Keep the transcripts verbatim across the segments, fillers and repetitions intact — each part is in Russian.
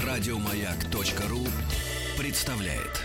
Радиомаяк.ру представляет.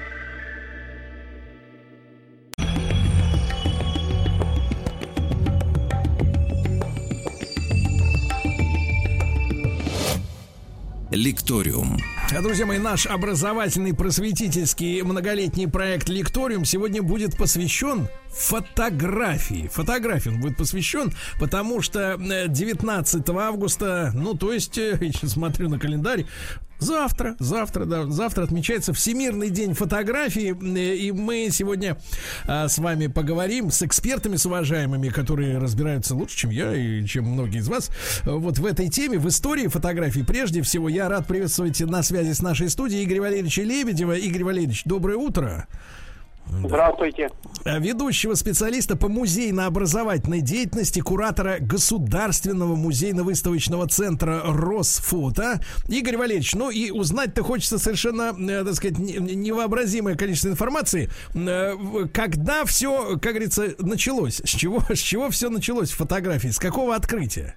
Лекториум. Друзья мои, наш образовательный, просветительский многолетний проект «Лекториум» сегодня будет посвящен фотографии. Фотографии он будет посвящен, потому что девятнадцатого августа, ну, то есть, я сейчас смотрю на календарь, Завтра, завтра, да, завтра отмечается Всемирный день фотографии, и мы сегодня а, с вами поговорим с экспертами, с уважаемыми, которые разбираются лучше, чем я и чем многие из вас, вот в этой теме, в истории фотографий. Прежде всего, я рад приветствовать на связи с нашей студией Игоря Валерьевича Лебедева. Игорь Валерьевич, доброе утро. Здравствуйте. Ведущего специалиста по музейно-образовательной деятельности, куратора Государственного музейно-выставочного центра Росфото. Игорь Валерьевич, ну и узнать-то хочется совершенно, так сказать, невообразимое количество информации. Когда все, как говорится, началось? С чего, с чего все началось в фотографии? С какого открытия?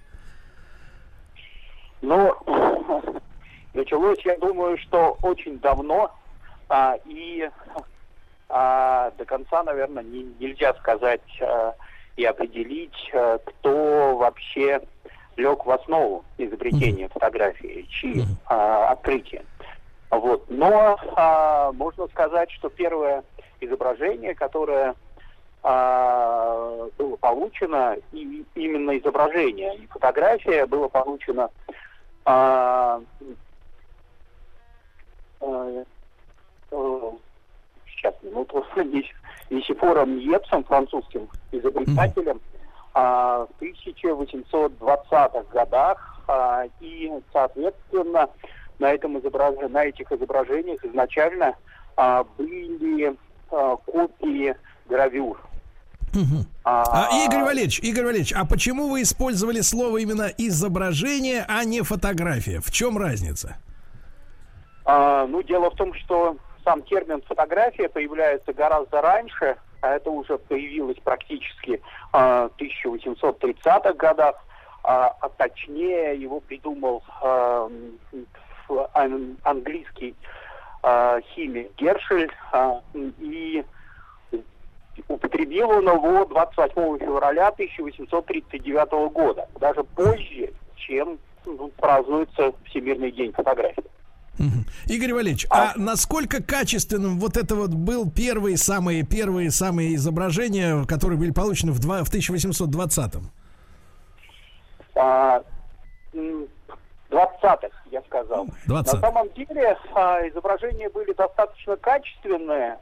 Ну, началось, я думаю, что очень давно, а, и... А до конца, наверное, не, нельзя сказать а, и определить, а, кто вообще лег в основу изобретения фотографии, чьи а, открытия. Вот. Но а, можно сказать, что первое изображение, которое а, было получено, и именно изображение, и фотография было получено а, а, а, сейчас минуту, Нисифором Ньепсом, французским изобретателем, а, в тысяча восемьсот двадцатых годах, а, и, соответственно, на, этом изображ... на этих изображениях изначально а, были а, копии гравюр. Угу. А, а, Игорь Валерьевич, Игорь Валерьевич, а почему вы использовали слово именно изображение, а не фотография? В чем разница? А, ну, дело в том, что сам термин «фотография» появляется гораздо раньше, а это уже появилось практически а, в тысяча восемьсот тридцатых годах, а, а точнее его придумал а, ан- английский а, химик Гершель, а, и употребил он его двадцать восьмого февраля тысяча восемьсот тридцать девятого года, даже позже, чем ну, празднуется Всемирный день фотографии. Игорь Валерьевич, а, а насколько качественным вот это вот был первые самые первые самые изображения, которые были получены в, два, в тысяча восемьсот двадцатом? А, двадцатых, я сказал. двадцатых. На самом деле а, изображения были достаточно качественные,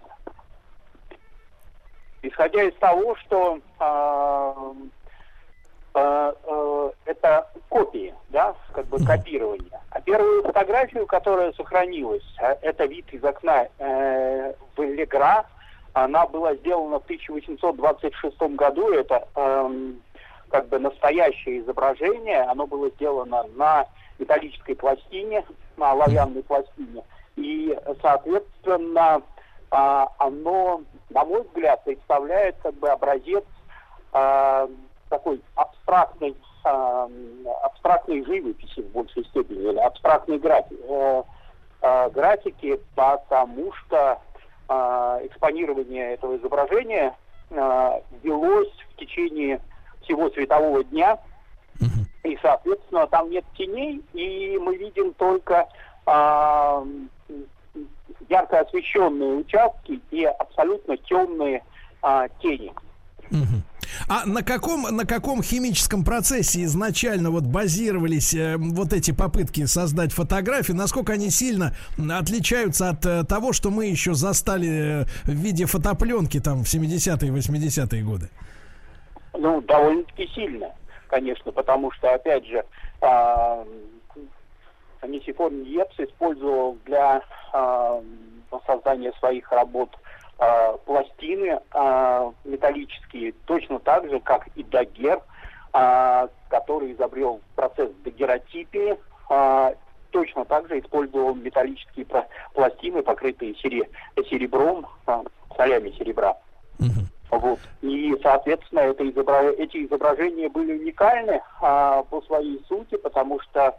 исходя из того, что а, а, а, это копии, да, как бы копирование. А первую фотографию, которая сохранилась, это вид из окна э, в Легра. Она была сделана в тысяча восемьсот двадцать шестом году. Это э, как бы настоящее изображение. Оно было сделано на металлической пластине, на оловянной пластине. И, соответственно, э, оно, на мой взгляд, представляет как бы образец э, такой абстрактной абстрактной живописи в большей степени, или абстрактной графики, э, э, графики, потому что э, экспонирование этого изображения э, велось в течение всего светового дня, и, соответственно, там нет теней, и мы видим только э, ярко освещенные участки и абсолютно темные э, тени. А на каком, на каком химическом процессе изначально вот базировались э, вот эти попытки создать фотографии? Насколько они сильно отличаются от э, того, что мы еще застали э, в виде фотопленки там в семидесятые и восьмидесятые годы? Ну, довольно-таки сильно, конечно, потому что, опять же, э, Нисифор Ньепс использовал для э, создания своих работ пластины а, металлические, точно так же, как и Дагер, а, который изобрел процесс дагеротипии, а, точно так же использовал металлические пластины, покрытые сере- серебром, а, солями серебра. Mm-hmm. Вот. И, соответственно, это изобра... эти изображения были уникальны а, по своей сути, потому что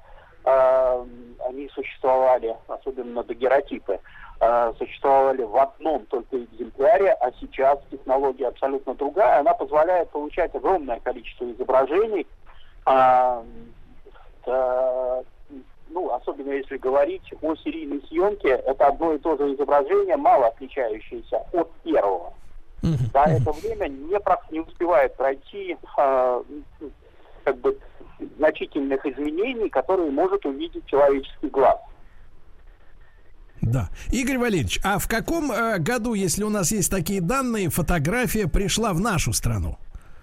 э, они существовали, особенно дагеротипы, э, существовали в одном только экземпляре, а сейчас технология абсолютно другая. Она позволяет получать огромное количество изображений, э, э, ну, особенно если говорить о серийной съемке, это одно и то же изображение, мало отличающееся от первого. Mm-hmm. За это время не, про, не успевает пройти э, как бы значительных изменений, которые может увидеть человеческий глаз. Да. Игорь Валерьевич, а в каком э, году, если у нас есть такие данные, фотография пришла в нашу страну?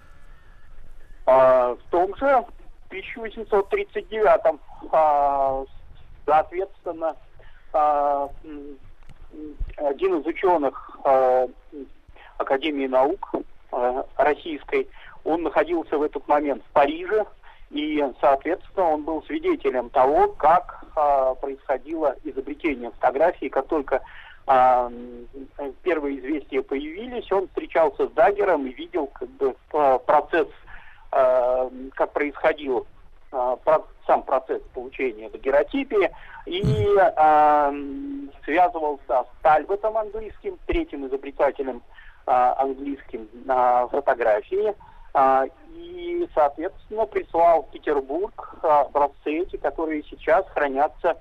Э, в том же тысяча восемьсот тридцать девятом. Э, соответственно, э, один из ученых э, Академии наук э, российской, он находился в этот момент в Париже, и, соответственно, он был свидетелем того, как э, происходило изобретение фотографии. Как только э, первые известия появились, он встречался с Даггером и видел как бы, э, процесс, э, как происходил э, про, сам процесс получения дагеротипии, и э, связывался с Тальботом английским, третьим изобретателем э, английским э, фотографии. А, и, соответственно, прислал в Петербург образцы эти, которые сейчас хранятся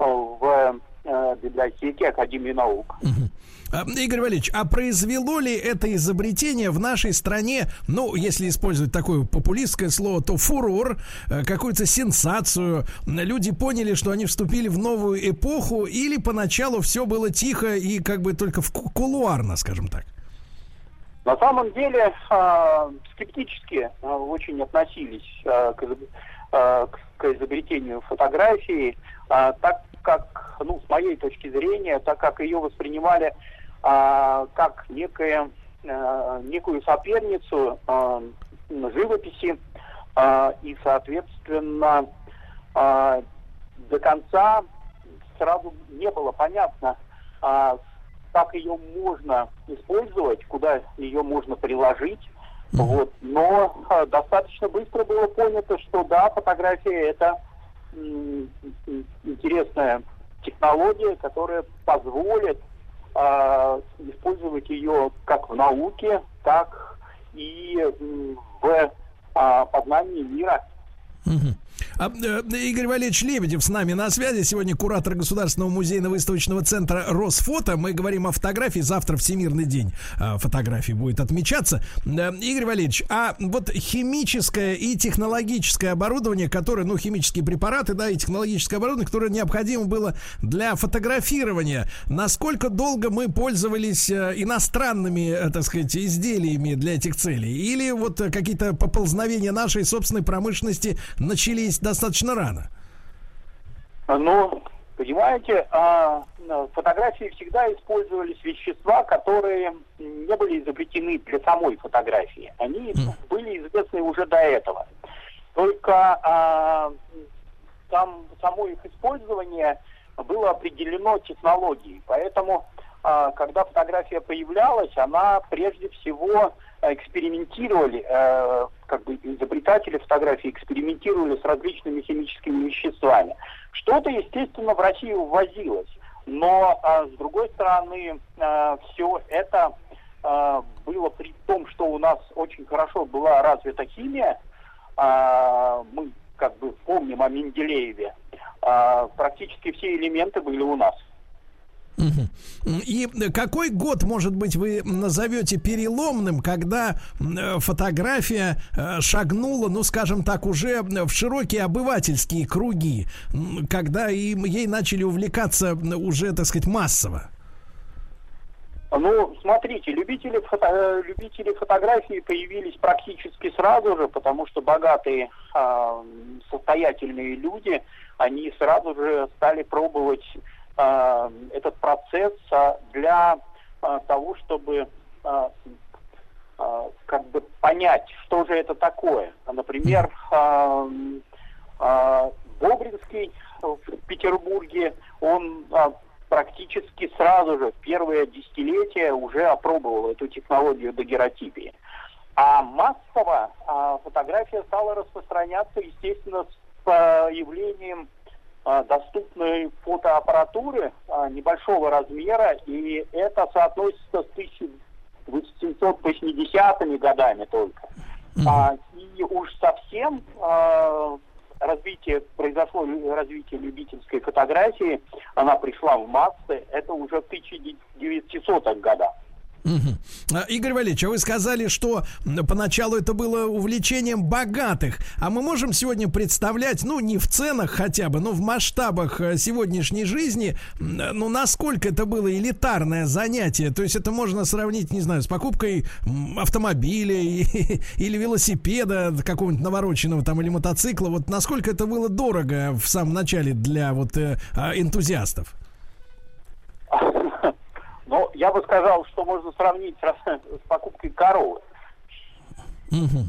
в э, библиотеке Академии наук. Uh-huh. Игорь Валерьевич, а произвело ли это изобретение в нашей стране, ну, если использовать такое популистское слово, то фурор, какую-то сенсацию? Люди поняли, что они вступили в новую эпоху, или поначалу все было тихо и как бы только в кулуарно, скажем так? На самом деле э, скептически э, очень относились э, к, э, к изобретению фотографии, э, так как, ну, с моей точки зрения, так как ее воспринимали э, как некое, э, некую соперницу э, живописи, э, и, соответственно, э, до конца сразу не было понятно, э, как ее можно использовать, куда ее можно приложить. Mm-hmm. Вот. Но а, достаточно быстро было понято, что да, фотография — это м- интересная технология, которая позволит а, использовать ее как в науке, так и м- в а, познании мира. Mm-hmm. А, э, Игорь Валерьевич Лебедев с нами на связи. Сегодня куратор Государственного музейно-выставочного центра Росфото. Мы говорим о фотографии. Завтра Всемирный день э, фотографий будет отмечаться. Э, Игорь Валерьевич, а вот химическое и технологическое оборудование, которое, ну, химические препараты, да, и технологическое оборудование, которое необходимо было для фотографирования, насколько долго мы пользовались э, иностранными, э, так сказать, изделиями для этих целей? Или вот э, какие-то поползновения нашей собственной промышленности начались достаточно рано? Ну, понимаете, фотографии всегда использовались вещества, которые не были изобретены для самой фотографии. Они mm. были известны уже до этого. Только а, там само их использование было определено технологией. Поэтому, а, когда фотография появлялась, она прежде всего экспериментировали, э, как бы изобретатели фотографии экспериментировали с различными химическими веществами. Что-то, естественно, в Россию ввозилось, но э, с другой стороны, э, все это э, было при том, что у нас очень хорошо была развита химия. Э, мы как бы помним о Менделееве. Э, практически все элементы были у нас. И какой год, может быть, вы назовете переломным, когда фотография шагнула, ну, скажем так, уже в широкие обывательские круги, когда им, ей начали увлекаться уже, так сказать, массово? Ну, смотрите, любители, фото, любители фотографии появились практически сразу же, потому что богатые, э, состоятельные люди, они сразу же стали пробовать этот процесс для того, чтобы как бы понять, что же это такое. Например, Бобринский в Петербурге, он практически сразу же в первое десятилетие уже опробовал эту технологию дагеротипии. А массово фотография стала распространяться, естественно, с появлением доступной фотоаппаратуры небольшого размера, и это соотносится с тысяча восемьсот восьмидесятыми годами только. Mm-hmm. И уж совсем развитие, произошло развитие любительской фотографии, она пришла в массы, это уже в тысяча девятисотых годах. Угу. Игорь Валерьевич, а вы сказали, что поначалу это было увлечением богатых. А мы можем сегодня представлять, ну, не в ценах хотя бы, но в масштабах сегодняшней жизни, ну, насколько это было элитарное занятие? То есть это можно сравнить, не знаю, с покупкой автомобиля или велосипеда какого-нибудь навороченного там, или мотоцикла. Вот насколько это было дорого в самом начале для вот энтузиастов? Ну, я бы сказал, что можно сравнить с, с покупкой коровы. Угу,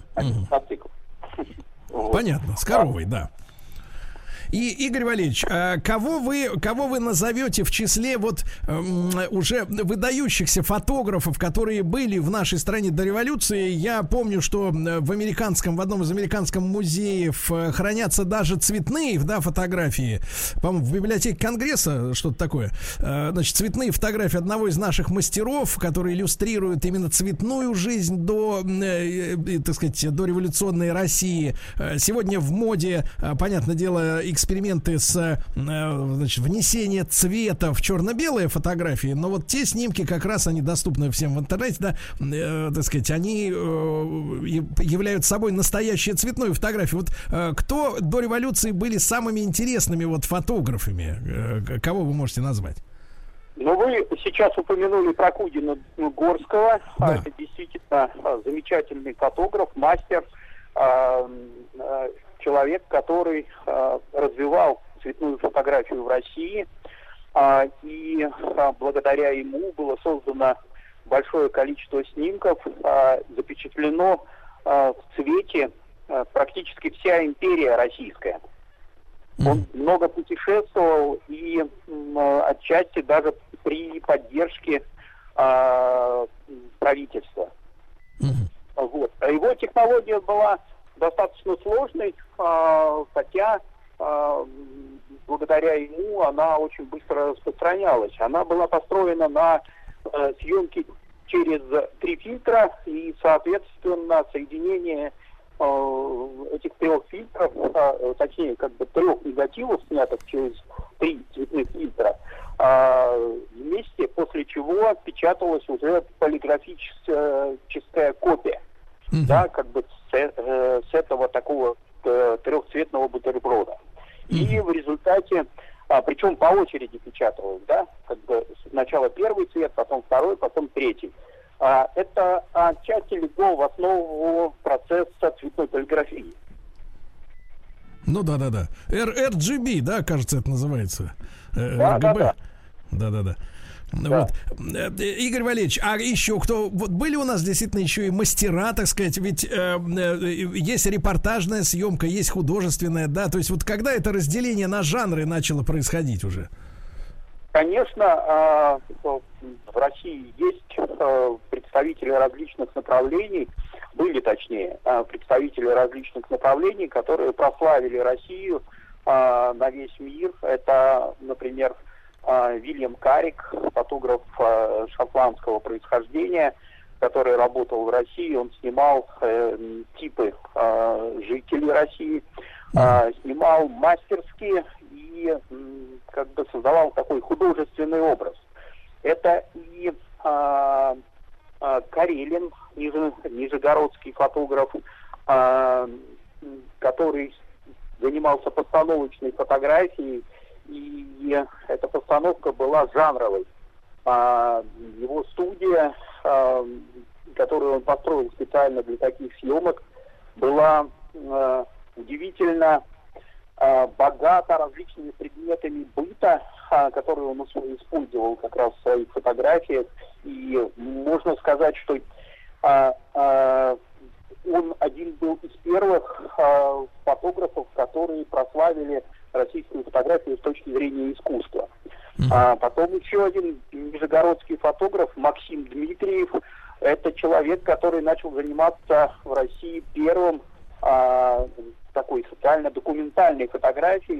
угу. Понятно, с коровой, да. И, Игорь Валерьевич, кого вы, кого вы назовете в числе вот уже выдающихся фотографов, которые были в нашей стране до революции? Я помню, что в американском, в одном из американских музеев хранятся даже цветные, да, фотографии. По-моему, в библиотеке Конгресса что-то такое. Значит, цветные фотографии одного из наших мастеров, который иллюстрирует именно цветную жизнь до, так сказать, до революционной России. Сегодня в моде, понятное дело, эксперименты с, значит, внесение цвета в черно-белые фотографии, но вот те снимки как раз они доступны всем в интернете, да, э, так сказать, они э, являются собой настоящую цветную фотографию. Вот э, кто до революции были самыми интересными вот фотографами? Э, кого вы можете назвать? Ну, вы сейчас упомянули Прокудина Горского. Да. Это действительно замечательный фотограф, мастер, э, э, человек, который э, развивал цветную фотографию в России, э, и э, благодаря ему было создано большое количество снимков, э, запечатлено э, в цвете э, практически вся империя российская. Mm-hmm. Он много путешествовал и э, отчасти даже при поддержке э, правительства. Mm-hmm. Вот. А его технология была достаточно сложной, э, хотя э, благодаря ему она очень быстро распространялась. Она была построена на э, съемке через три фильтра, и, соответственно, соединение э, этих трех фильтров, э, точнее, как бы трех негативов, снятых через три цветных фильтра, э, вместе, после чего печаталась уже полиграфическая копия. Mm-hmm. Да, как бы с, э, с этого такого э, трехцветного бутерброда. Mm-hmm. И в результате, а, причем по очереди печаталось, да, как бы сначала первый цвет, потом второй, потом третий. А, это отчасти легло в основу процесса цветной полиграфии. Ну да, да, да. эр джи би, да, кажется, это называется. Да, эр джи би. Да, да, да, да. Да. Вот. Игорь Валерьевич, а еще кто? Вот были у нас действительно еще и мастера, так сказать, ведь э, э, есть репортажная съемка, есть художественная, да, то есть вот когда это разделение на жанры начало происходить уже? Конечно, э, в России есть э, представители различных направлений, были точнее, э, представители различных направлений, которые прославили Россию э, на весь мир. Это, например, Вильям Карик, фотограф э, шотландского происхождения, который работал в России. Он снимал э, типы э, жителей России, э, снимал мастерски и э, как бы создавал такой художественный образ. Это и э, э, Карелин, ниже, нижегородский фотограф, э, который занимался постановочной фотографией, и эта постановка была жанровой. А, его студия, а, которую он построил специально для таких съемок, была а, удивительно а, богата различными предметами быта, а, которые он использовал как раз в своих фотографиях. И можно сказать, что а, а, он один был из первых а, фотографов, которые прославили российскую фотографию с точки зрения искусства. Mm-hmm. А потом еще один нижегородский фотограф Максим Дмитриев. Это человек, который начал заниматься в России первым а, такой социально-документальной фотографией.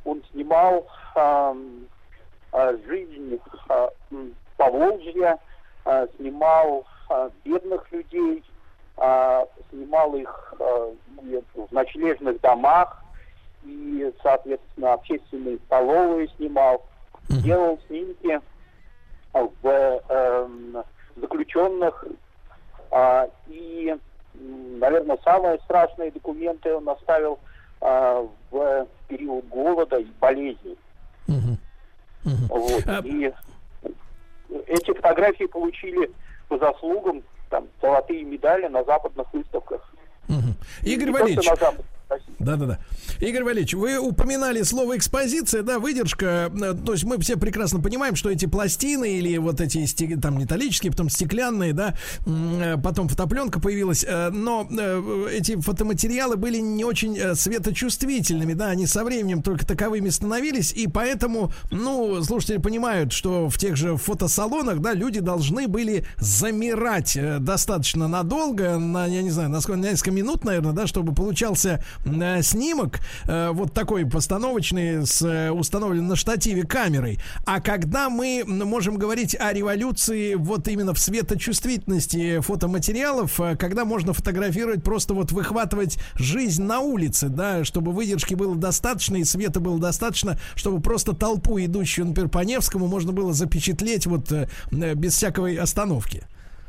он снимал э, э, жизнь э, Поволжья, э, снимал э, бедных людей, э, снимал их э, в ночлежных домах и, соответственно, общественные столовые снимал, mm-hmm. делал снимки в э, заключенных э, и, наверное, самые страшные документы он оставил э, в период голода и болезней. Mm-hmm. Mm-hmm. Вот. Uh... И эти фотографии получили по заслугам там золотые медали на западных выставках. Угу. Игорь Валерьевич, да-да-да. Игорь Валерьевич, вы упоминали слово экспозиция, да, выдержка. То есть мы все прекрасно понимаем, что эти пластины или вот эти там металлические, потом стеклянные, да, потом фотопленка появилась, но эти фотоматериалы были не очень светочувствительными, да, они со временем только таковыми становились, и поэтому, ну, слушатели понимают, что в тех же фотосалонах, да, люди должны были замирать достаточно надолго, на, я не знаю, на сколько, на несколько минут, наверное, да, чтобы получался э, снимок э, вот такой постановочный, с, э, установлен на штативе камерой. А когда мы можем говорить о революции вот именно в светочувствительности фотоматериалов, э, когда можно фотографировать, просто вот выхватывать жизнь на улице, да, чтобы выдержки было достаточно и света было достаточно, чтобы просто толпу, идущую, например, по Невскому, можно было запечатлеть вот э, без всякой остановки.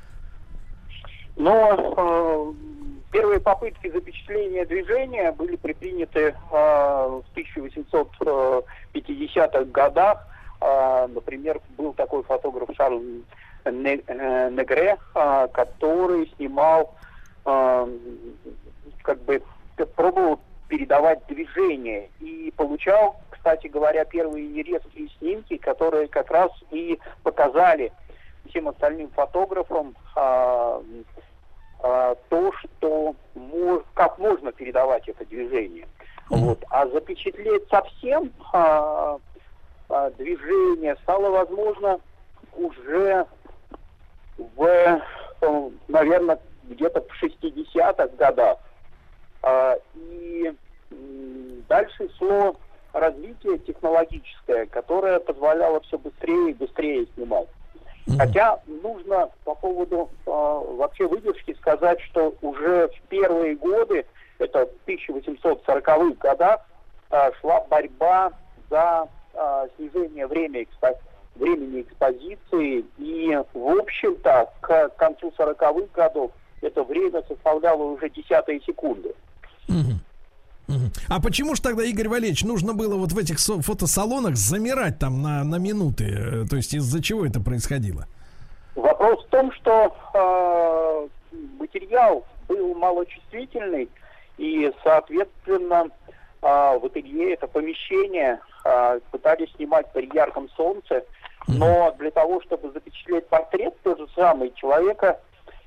Но э, первые попытки запечатления движения были предприняты э, в тысяча восемьсот пятидесятых годах. Э, например, был такой фотограф Шарль Негре, э, который снимал, э, как бы пробовал передавать движение и получал, кстати говоря, первые нерезкие снимки, которые как раз и показали всем остальным фотографам э, э, то, что мож, как можно передавать это движение. Mm-hmm. Вот. А запечатлеть совсем э, э, движение стало возможно уже в, э, наверное, где-то в шестидесятых годах. Э, и э, дальше шло развитие технологическое, которое позволяло все быстрее и быстрее снимать. Mm-hmm. Хотя нужно по поводу э, вообще выдержки сказать, что уже в первые годы, это в тысяча восемьсот сороковых годах, э, шла борьба за э, снижение времени, экспо- времени экспозиции. И, в общем-то, к концу сороковых годов это время составляло уже десятые секунды. Mm-hmm. А почему же тогда, Игорь Валерьевич, нужно было вот в этих фотосалонах замирать там на, на минуты? То есть из-за чего это происходило? Вопрос в том, что э, материал был малочувствительный, и, соответственно, э, в ателье это помещение э, пытались снимать при ярком солнце, но для того, чтобы запечатлеть портрет, тот же самый человека,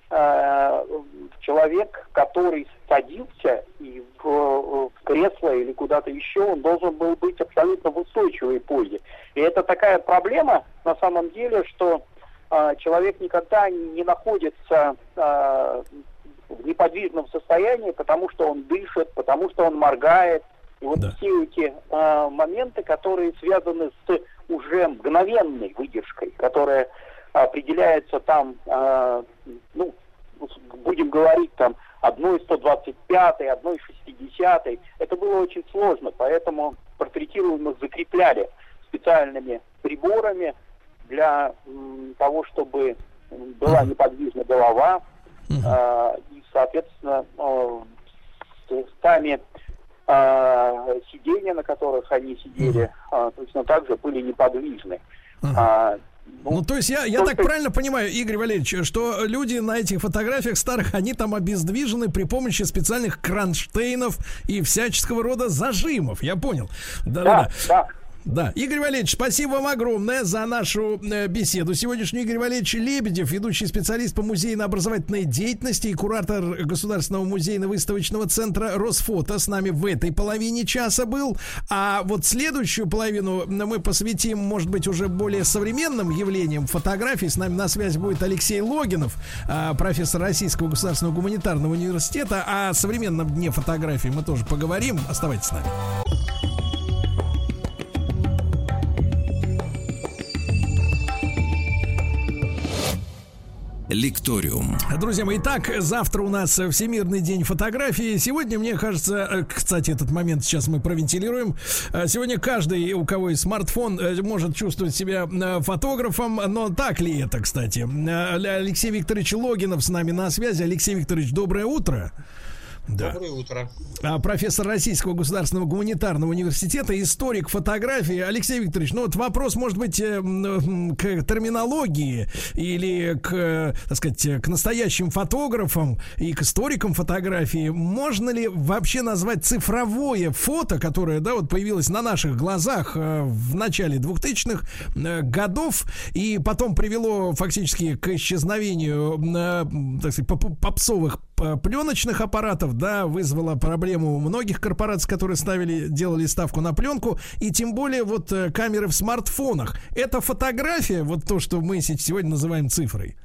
человек, который садился и в, в кресло или куда-то еще, он должен был быть абсолютно в устойчивой позе. И это такая проблема на самом деле, что э, человек никогда не, не находится э, в неподвижном состоянии, потому что он дышит, потому что он моргает. И вот да. все эти э, моменты, которые связаны с уже мгновенной выдержкой, которая определяется там, э, ну, будем говорить, там, одной сто двадцать пятой, одной шестидесятой. Это было очень сложно, поэтому портретируемых закрепляли специальными приборами для м, того, чтобы была неподвижна голова, э, и, соответственно, э, сами э, сиденья, на которых они сидели, э, точно так же были неподвижны. Uh-huh. Ну, ну, то есть я, я так правильно понимаю, Игорь Валерьевич, что люди на этих фотографиях старых, они там обездвижены при помощи специальных кронштейнов и всяческого рода зажимов. Я понял. Да-да-да. Да. Да, Игорь Валерьевич, спасибо вам огромное за нашу э, беседу. Сегодняшний Игорь Валерьевич Лебедев, ведущий специалист по музейно-образовательной деятельности и куратор Государственного музейно-выставочного центра Росфото, с нами в этой половине часа был. А вот следующую половину мы посвятим, может быть, уже более современным явлениям фотографий. С нами на связи будет Алексей Логинов, э, профессор Российского государственного гуманитарного университета. О современном дне фотографии мы тоже поговорим. Оставайтесь с нами. Лекториум. Друзья мои, итак, завтра у нас Всемирный день фотографии. Сегодня, мне кажется, кстати, этот момент сейчас мы провентилируем. Сегодня каждый, у кого есть смартфон, может чувствовать себя фотографом. Но так ли это, кстати? Алексей Викторович Логинов с нами на связи. Алексей Викторович, доброе утро. Да. Доброе утро. Профессор Российского государственного гуманитарного университета, историк фотографии. Алексей Викторович, ну вот вопрос, может быть, к терминологии или к, так сказать, к настоящим фотографам и к историкам фотографии. Можно ли вообще назвать цифровое фото, которое, да, вот появилось на наших глазах в начале двухтысячных годов и потом привело фактически к исчезновению, так сказать, попсовых пленочных аппаратов, да, вызвало проблему у многих корпораций, которые ставили, делали ставку на пленку, и тем более вот камеры в смартфонах. Это фотография, вот то, что мы сегодня называем цифрой?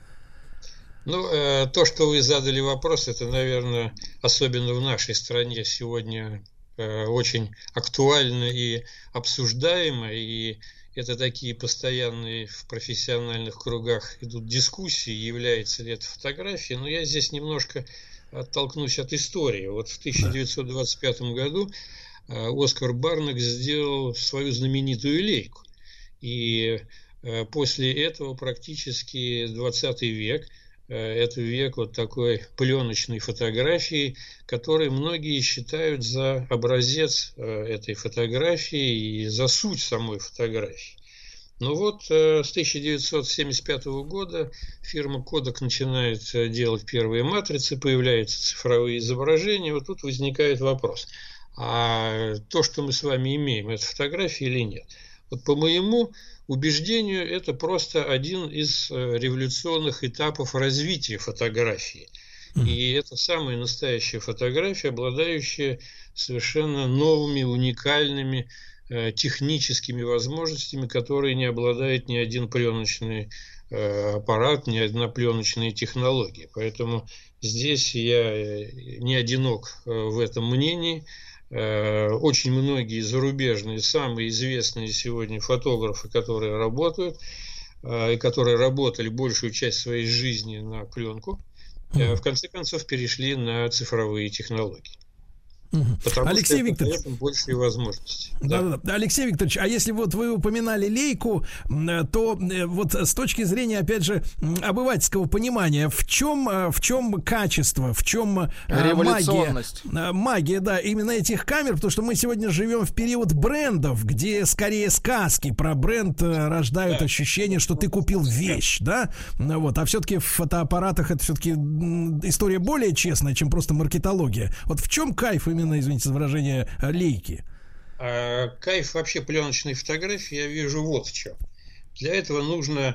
Ну, э, то, что вы задали вопрос, это, наверное, особенно в нашей стране сегодня э, очень актуально и обсуждаемо, и это такие постоянные в профессиональных кругах идут дискуссии, является ли это фотографией, но я здесь немножко оттолкнусь от истории. Вот в тысяча девятьсот двадцать пятом году Оскар Барнак сделал свою знаменитую лейку. И после этого практически двадцатый век, это век вот такой пленочной фотографии, который многие считают за образец этой фотографии и за суть самой фотографии. Но вот с тысяча девятьсот семьдесят пятого года фирма Kodak начинает делать первые матрицы, появляются цифровые изображения. Вот тут возникает вопрос, а то, что мы с вами имеем, это фотография или нет? Вот по моему убеждению, это просто один из революционных этапов развития фотографии. И это самая настоящая фотография, обладающая совершенно новыми, уникальными техническими возможностями, которые не обладает ни один пленочный аппарат, ни одна пленочная технология. Поэтому здесь я не одинок в этом мнении. Очень многие зарубежные, самые известные сегодня фотографы, которые работают, и которые работали большую часть своей жизни на пленку, в конце концов перешли на цифровые технологии. Потому Алексей что Викторович, это большие возможности. Да, да. Да. Алексей Викторович, а если вот вы упоминали лейку, то вот с точки зрения, опять же, обывательского понимания, в чем, в чем качество, в чем магия, магия, да, именно этих камер, потому что мы сегодня живем в период брендов, где скорее сказки про бренд рождают да. ощущение, что ты купил вещь, да, вот, а все-таки в фотоаппаратах это все-таки история более честная, чем просто маркетология. Вот в чем кайф именно, извините за выражение, лейки? А, кайф вообще пленочной фотографии я вижу вот в чем. Для этого нужно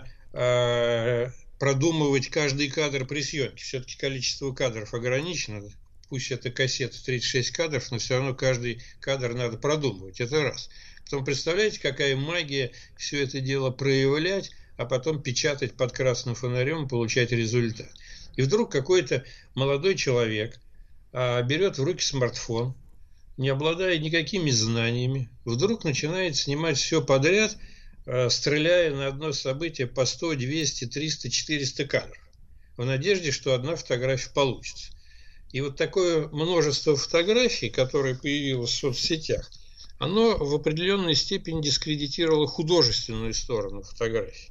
а, продумывать каждый кадр при съемке. Все-таки количество кадров ограничено. Пусть это кассета тридцать шесть кадров, но все равно каждый кадр надо продумывать. Это раз. Потом представляете, какая магия все это дело проявлять, а потом печатать под красным фонарем, получать результат. И вдруг какой-то молодой человек берет в руки смартфон, не обладая никакими знаниями, вдруг начинает снимать все подряд, стреляя на одно событие по сто, двести, триста, четыреста кадров, в надежде, что одна фотография получится. И вот такое множество фотографий, которое появилось в соцсетях, оно в определенной степени дискредитировало художественную сторону фотографий.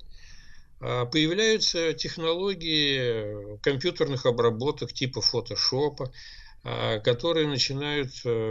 Появляются технологии компьютерных обработок типа фотошопа, которые начинают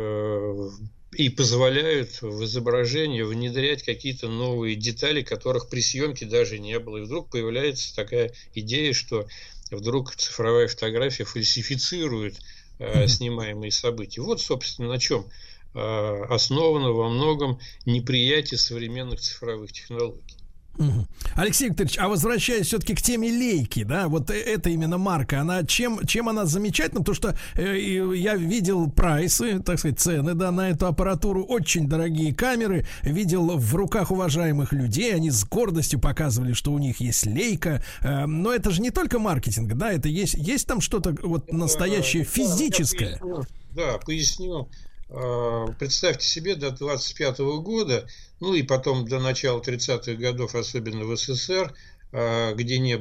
и позволяют в изображение внедрять какие-то новые детали, которых при съемке даже не было. И вдруг появляется такая идея, что вдруг цифровая фотография фальсифицирует снимаемые события. Вот, собственно, на чем основано во многом неприятие современных цифровых технологий. Угу. Алексей Викторович, а возвращаясь все-таки к теме лейки, да, вот это именно марка, она чем, чем она замечательна, потому что э, я видел прайсы, так сказать, цены, да, на эту аппаратуру, очень дорогие камеры, видел в руках уважаемых людей, они с гордостью показывали, что у них есть лейка, э, но это же не только маркетинг, да, это есть, есть там что-то вот настоящее физическое. Да, поясню. Представьте себе, до двадцать пятого года, ну и потом до начала тридцатых годов, особенно в СССР, где не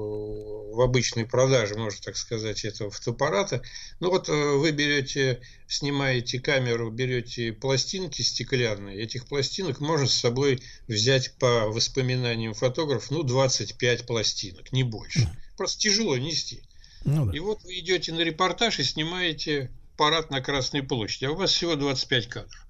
было в обычной продаже, можно так сказать, этого фотоаппарата. Ну вот вы берете, снимаете камеру, берете пластинки стеклянные. Этих пластинок можно с собой взять по воспоминаниям фотографов, ну, двадцать пять пластинок, не больше. Просто тяжело нести. Ну, да. И вот вы идете на репортаж и снимаете парад на Красной площади, а у вас всего двадцать пять кадров.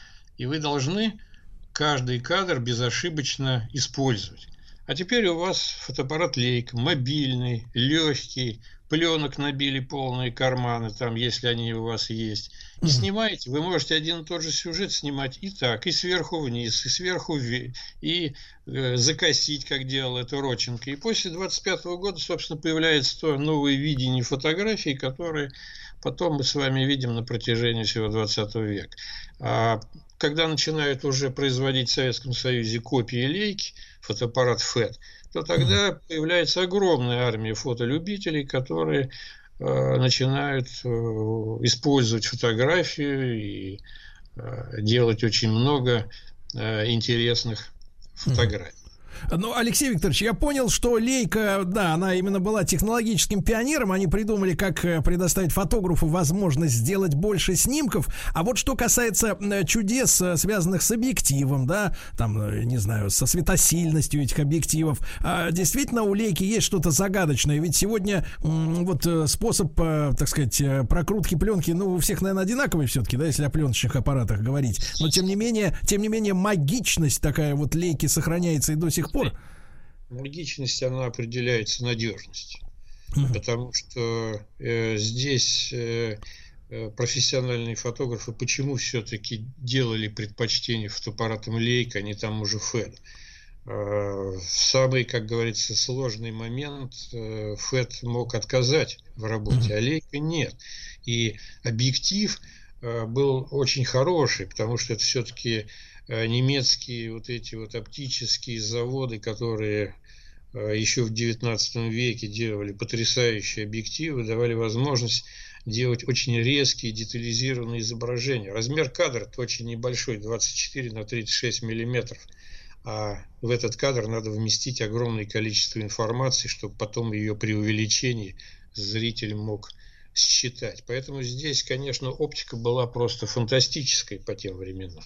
И вы должны каждый кадр безошибочно использовать. А теперь у вас фотоаппарат Leica, мобильный, легкий, пленок набили полные карманы, там, если они у вас есть. И снимаете, вы можете один и тот же сюжет снимать и так, и сверху вниз, и сверху вверх, и э, закосить, как делал это Родченко. И после двадцать пятого года, собственно, появляется то новое видение фотографий, которые потом мы с вами видим на протяжении всего двадцатого века. А когда начинают уже производить в Советском Союзе копии Leica, фотоаппарат эф и ди, то тогда появляется огромная армия фотолюбителей, которые э, начинают э, использовать фотографию и э, делать очень много э, интересных фотографий. Ну, Алексей Викторович, я понял, что Leica, да, она именно была технологическим пионером. Они придумали, как предоставить фотографу возможность сделать больше снимков. А вот что касается чудес, связанных с объективом, да, там, не знаю, со светосильностью этих объективов, действительно у Leica есть что-то загадочное. Ведь сегодня вот способ, так сказать, прокрутки пленки, ну, у всех, наверное, одинаковый все-таки, да, если о пленочных аппаратах говорить. Но, тем не менее, тем не менее, магичность такая вот Leica сохраняется и до сих пор. Магичность, она определяется надежностью, mm-hmm. потому что э, здесь э, профессиональные фотографы почему все-таки делали предпочтение фотоаппаратам Leica, а не тому же эф и ди. Э, в самый, как говорится, сложный момент э, эф и ди мог отказать в работе, mm-hmm. а Leica нет. И объектив э, был очень хороший, потому что это все-таки немецкие вот эти вот оптические заводы, которые еще в девятнадцатом веке делали потрясающие объективы, давали возможность делать очень резкие детализированные изображения. Размер кадра очень небольшой, двадцать четыре на тридцать шесть миллиметров. А в этот кадр надо вместить огромное количество информации, чтобы потом ее при увеличении зритель мог считать. Поэтому здесь, конечно, оптика была просто фантастической по тем временам.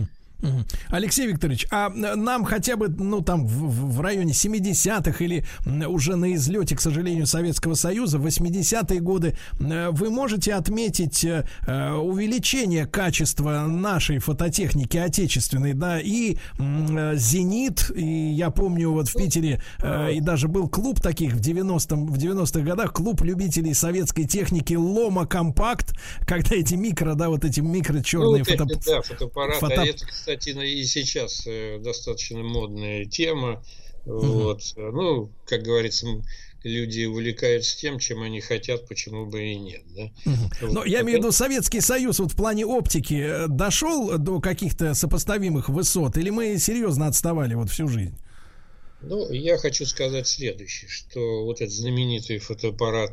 Алексей Викторович, а нам хотя бы, ну, там, в, в районе семидесятых или уже на излете, к сожалению, Советского Союза, восьмидесятые годы, вы можете отметить увеличение качества нашей фототехники отечественной, да, и «Зенит», и я помню, вот в Питере и даже был клуб таких в девяностом, в девяностых годах, клуб любителей советской техники «Лома Компакт», когда эти микро, да, вот эти микро-черные ну, фото... да, фотоаппараты, фото... а это, кстати, и сейчас достаточно модная тема. Mm-hmm. Вот. Ну, как говорится, люди увлекаются тем, чем они хотят, почему бы и нет. Да? Mm-hmm. Вот. Но я имею в виду, Советский Союз вот в плане оптики дошел до каких-то сопоставимых высот, или мы серьезно отставали вот всю жизнь? Ну, я хочу сказать следующее, что вот этот знаменитый фотоаппарат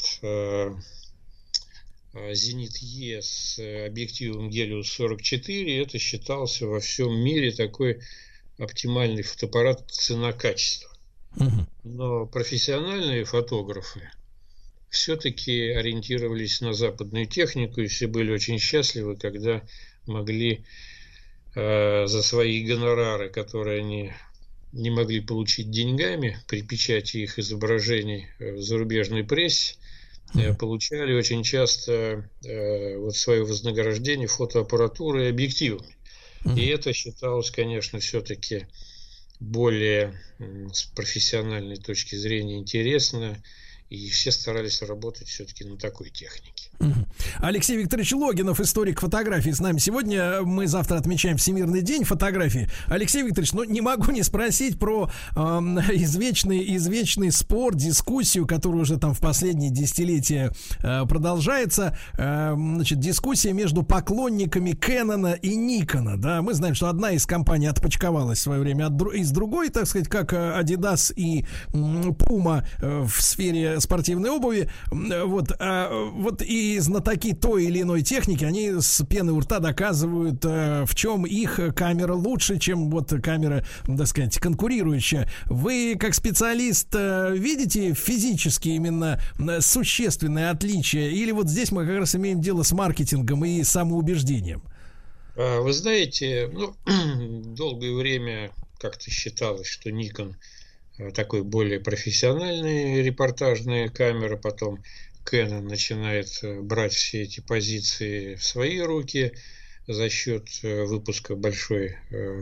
«Зенит Е» с объективом Гелиос сорок четыре, это считался во всем мире такой оптимальный фотоаппарат цена-качество. Uh-huh. Но профессиональные фотографы все-таки ориентировались на западную технику, и все были очень счастливы, когда могли э, за свои гонорары, которые они не могли получить деньгами при печати их изображений в зарубежной прессе, получали очень часто э, вот свое вознаграждение фотоаппаратурой и объективами. Mm-hmm. И это считалось, конечно, все-таки более э, с профессиональной точки зрения интересно. И все старались работать все-таки на такой технике. Mm-hmm. Алексей Викторович Логинов, историк фотографии, с нами сегодня. Мы завтра отмечаем Всемирный день фотографии. Алексей Викторович, ну не могу не спросить про э, извечный, извечный спор, дискуссию, которая уже там в последние десятилетия э, продолжается. Э, значит, дискуссия между поклонниками Кэнона и Никона. Да? Мы знаем, что одна из компаний отпочковалась в свое время от, из другой, так сказать, как Adidas и Puma э, в сфере спортивной обуви. Вот, а, вот и знатоки той или иной техники, они с пены у рта доказывают, в чем их камера лучше, чем вот камера, так сказать, конкурирующая. Вы, как специалист, видите физически именно существенное отличие? Или вот здесь мы как раз имеем дело с маркетингом и самоубеждением? Вы знаете, ну, долгое время как-то считалось, что Nikon такой более профессиональная репортажная камера, потом Canon начинает брать все эти позиции в свои руки за счет выпуска большой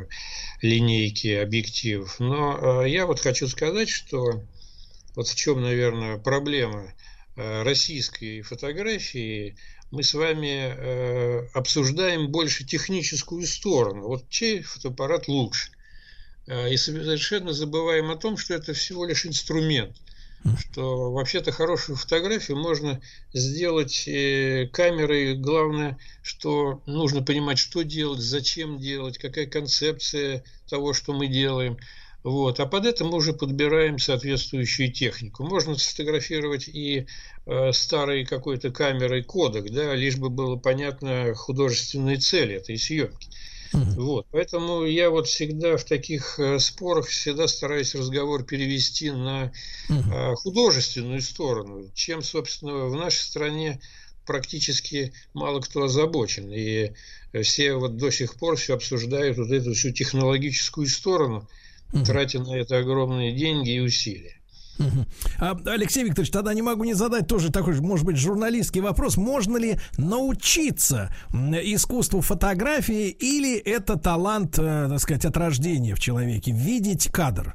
линейки объективов. Но я вот хочу сказать, что вот в чем, наверное, проблема российской фотографии. Мы с вами э, обсуждаем больше техническую сторону. Вот чей фотоаппарат лучше? Э, и совершенно забываем о том, что это всего лишь инструмент. Что вообще-то хорошую фотографию можно сделать э, камерой. Главное, что нужно понимать, что делать, зачем делать, какая концепция того, что мы делаем. Вот. А под это мы уже подбираем соответствующую технику. Можно сфотографировать и э, старой какой-то камерой кодек, да, лишь бы было понятно художественные цели этой съемки. Mm-hmm. Вот. Поэтому я вот всегда в таких э, спорах всегда стараюсь разговор перевести на э, художественную сторону, чем, собственно, в нашей стране практически мало кто озабочен. И все вот до сих пор все обсуждают вот эту всю технологическую сторону, Uh-huh. тратя на это огромные деньги и усилия. Uh-huh. А, Алексей Викторович, тогда не могу не задать тоже такой, может быть, журналистский вопрос. Можно ли научиться искусству фотографии, или это талант, так сказать, от рождения в человеке, видеть кадр?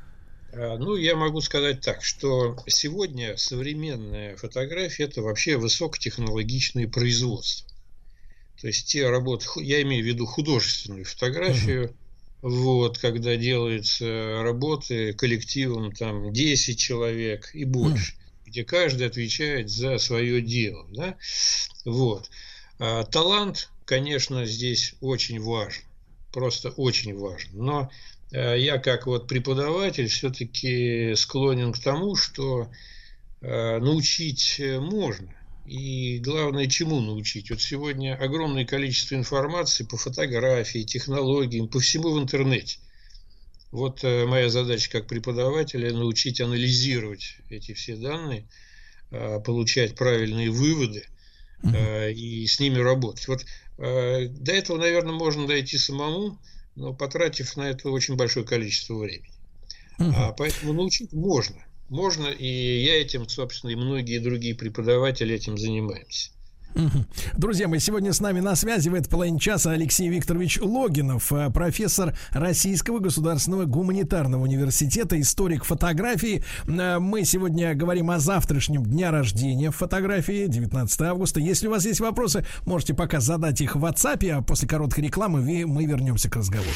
Ну, я могу сказать так, что сегодня современная фотография – это вообще высокотехнологичное производство. То есть те работы, я имею в виду художественную фотографию, uh-huh. Вот, когда делаются работы коллективом там десять человек и больше, mm. где каждый отвечает за свое дело, да? Вот. А талант, конечно, здесь очень важен, просто очень важен. Но а, я как вот преподаватель все-таки склонен к тому, что а, научить можно. И главное, чему научить? Вот сегодня огромное количество информации по фотографии, технологиям, по всему в интернете. Вот э, моя задача как преподавателя – научить анализировать эти все данные, э, получать правильные выводы э, и с ними работать. Вот э, до этого, наверное, можно дойти самому, но потратив на это очень большое количество времени. А, поэтому научить можно. Можно, и я этим, собственно, и многие другие преподаватели этим занимаемся. Друзья мои, сегодня с нами на связи в этой половине часа Алексей Викторович Логинов, профессор Российского государственного гуманитарного университета, историк фотографии. Мы сегодня говорим о завтрашнем дне рождения фотографии, девятнадцатого августа. Если у вас есть вопросы, можете пока задать их в WhatsApp, а после короткой рекламы мы вернемся к разговору.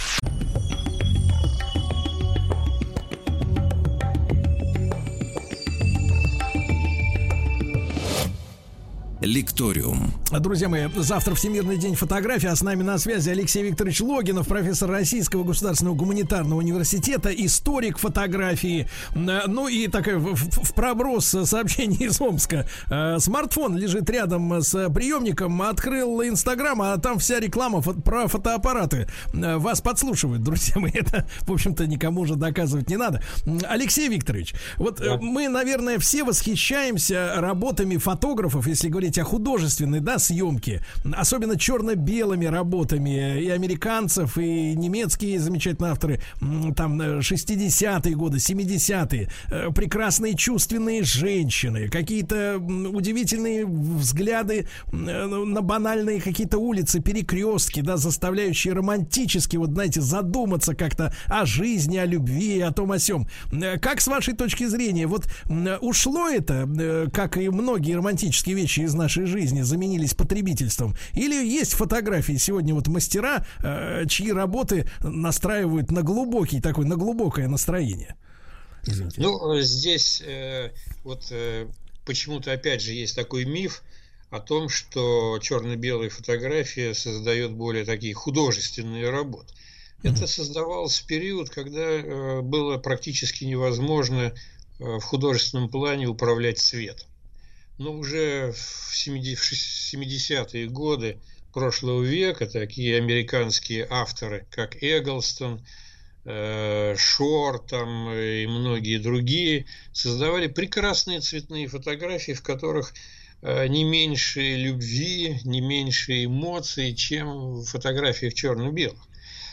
Лекториум. Друзья мои, завтра Всемирный день фотографии, а с нами на связи Алексей Викторович Логинов, профессор Российского государственного гуманитарного университета, историк фотографии. Ну и такой в, в проброс сообщений из Омска. Смартфон лежит рядом с приемником, открыл Инстаграм, а там вся реклама фо- про фотоаппараты. Вас подслушивают, друзья мои. Это, в общем-то, никому уже доказывать не надо. Алексей Викторович, вот да. мы, наверное, все восхищаемся работами фотографов, если говорить о художественной, да, съемке, особенно черно-белыми работами и американцев, и немецкие замечательные авторы, там шестидесятые годы, семидесятые, прекрасные чувственные женщины, какие-то удивительные взгляды на банальные какие-то улицы, перекрестки, да, заставляющие романтически, вот, знаете, задуматься как-то о жизни, о любви, о том, о сём. Как с вашей точки зрения, вот ушло это, как и многие романтические вещи из нашей жизни, заменились потребительством? Или есть фотографии сегодня вот мастера, э, чьи работы настраивают на глубокий такой, на глубокое настроение? Извините. Ну, здесь э, вот э, почему-то опять же есть такой миф о том, что черно-белая фотография создает более такие художественные работы. Это создавалось в период, когда э, было практически невозможно в художественном плане управлять цветом. Но уже в семидесятые годы прошлого века такие американские авторы, как Эглстон, Шор там, и многие другие, создавали прекрасные цветные фотографии, в которых не меньше любви, не меньше эмоций, чем в фотографиях черно-белых.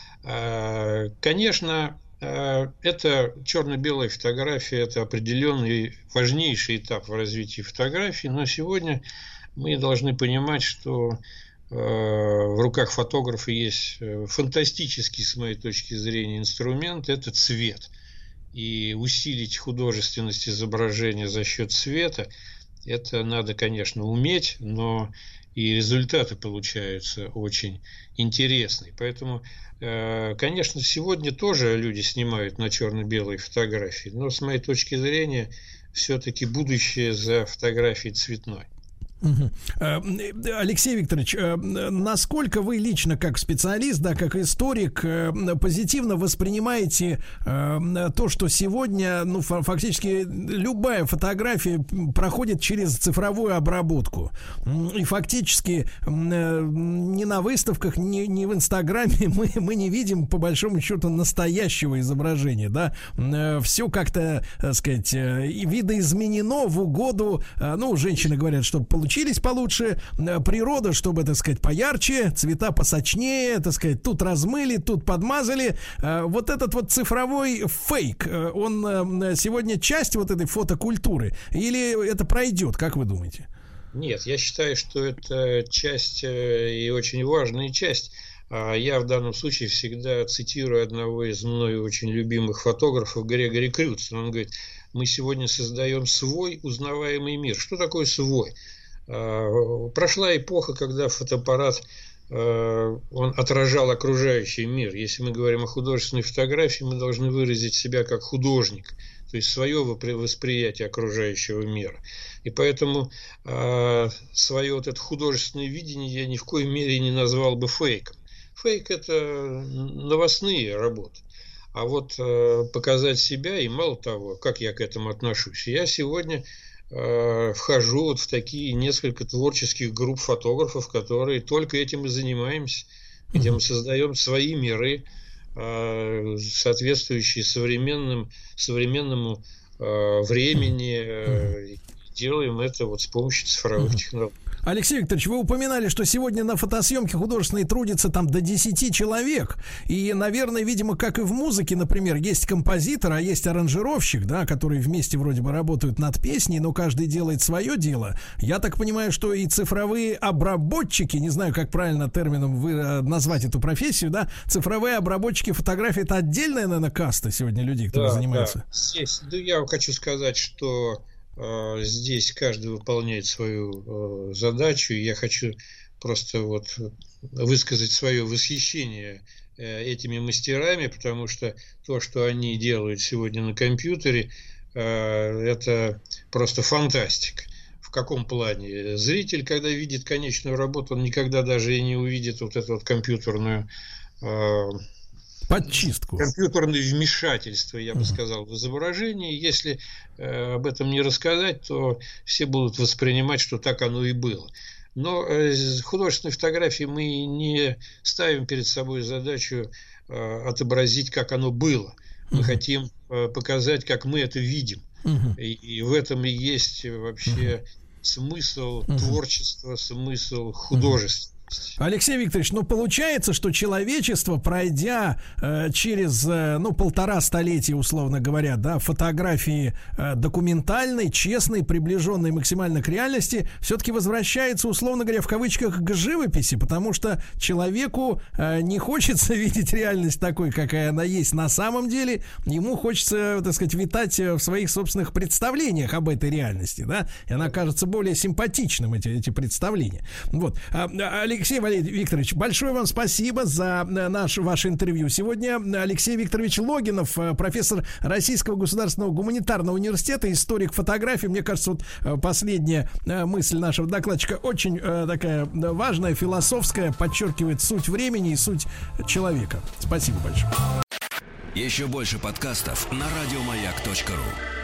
Конечно, это черно-белая фотография, это определенный важнейший этап в развитии фотографии, но сегодня мы должны понимать, что в руках фотографа есть фантастический, с моей точки зрения, инструмент – это цвет. И усилить художественность изображения за счет цвета – это надо, конечно, уметь, но и результаты получаются очень интересные. Поэтому, конечно, сегодня тоже люди снимают на черно-белые фотографии, но, с моей точки зрения, все-таки будущее за фотографией цветной. Угу. Алексей Викторович, насколько вы лично, как специалист, да, как историк, позитивно воспринимаете то, что сегодня, ну, фактически любая фотография проходит через цифровую обработку, и фактически ни на выставках, ни, ни в Инстаграме мы, мы не видим, по большому счету, настоящего изображения, да, все как-то, так сказать, видоизменено в угоду, ну, женщины говорят, что получилось Учились получше, природа, чтобы, так сказать, поярче, цвета посочнее, так сказать, тут размыли, тут подмазали. Вот этот вот цифровой фейк, он сегодня часть вот этой фотокультуры? Или это пройдет, как вы думаете? Нет, я считаю, что это часть и очень важная часть. Я в данном случае всегда цитирую одного из мною очень любимых фотографов, Грегори Крюцена. Он говорит: мы сегодня создаем свой узнаваемый мир. Что такое свой? Прошла эпоха, когда фотоаппарат он отражал окружающий мир. Если мы говорим о художественной фотографии, мы должны выразить себя как художник, то есть свое восприятие окружающего мира. И поэтому свое вот это художественное видение я ни в коей мере не назвал бы фейком. Фейк – это новостные работы. А вот показать себя, и мало того, как я к этому отношусь, я сегодня вхожу вот в такие несколько творческих групп фотографов, которые только этим и занимаемся, где мы создаем свои миры, соответствующие современным, современному времени, делаем это вот с помощью цифровых технологий. Алексей Викторович, вы упоминали, что сегодня на фотосъемке художественной трудится там до десяти человек. И, наверное, видимо, как и в музыке, например, есть композитор, а есть аранжировщик, да, которые вместе вроде бы работают над песней, но каждый делает свое дело. Я так понимаю, что и цифровые обработчики, не знаю, как правильно термином вы, назвать эту профессию, да, цифровые обработчики фотографий — это отдельная, наверное, каста сегодня людей, которые да, занимаются. Да. Здесь, да, я хочу сказать, что здесь каждый выполняет свою э, задачу. Я хочу просто вот высказать свое восхищение э, этими мастерами, потому что то, что они делают сегодня на компьютере, э, это просто фантастика. В каком плане? Зритель, когда видит конечную работу, он никогда даже и не увидит вот эту вот компьютерную э, подчистку. Компьютерное вмешательство, я бы сказал, в изображении. Если э, об этом не рассказать, то все будут воспринимать, что так оно и было. Но э, художественной фотографии мы не ставим перед собой задачу э, отобразить, как оно было. Мы uh-huh. хотим э, показать, как мы это видим. Uh-huh. И, и в этом и есть вообще uh-huh. смысл uh-huh. творчества, смысл художества. Алексей Викторович, ну получается, что человечество, пройдя э, через, э, ну, полтора столетия, условно говоря, да, фотографии э, документальной, честной, приближенной максимально к реальности, все-таки возвращается, условно говоря, в кавычках, к живописи, потому что человеку э, не хочется видеть реальность такой, какая она есть на самом деле, ему хочется, так сказать, витать в своих собственных представлениях об этой реальности, да, и она кажется более симпатичным, эти, эти представления. Вот. Алексей Викторович, большое вам спасибо за наш, ваше интервью. Сегодня Алексей Викторович Логинов, профессор Российского государственного гуманитарного университета, историк фотографии. Мне кажется, вот последняя мысль нашего докладчика очень такая важная, философская, подчеркивает суть времени и суть человека. Спасибо большое. Еще больше подкастов на радиомаяк точка ру.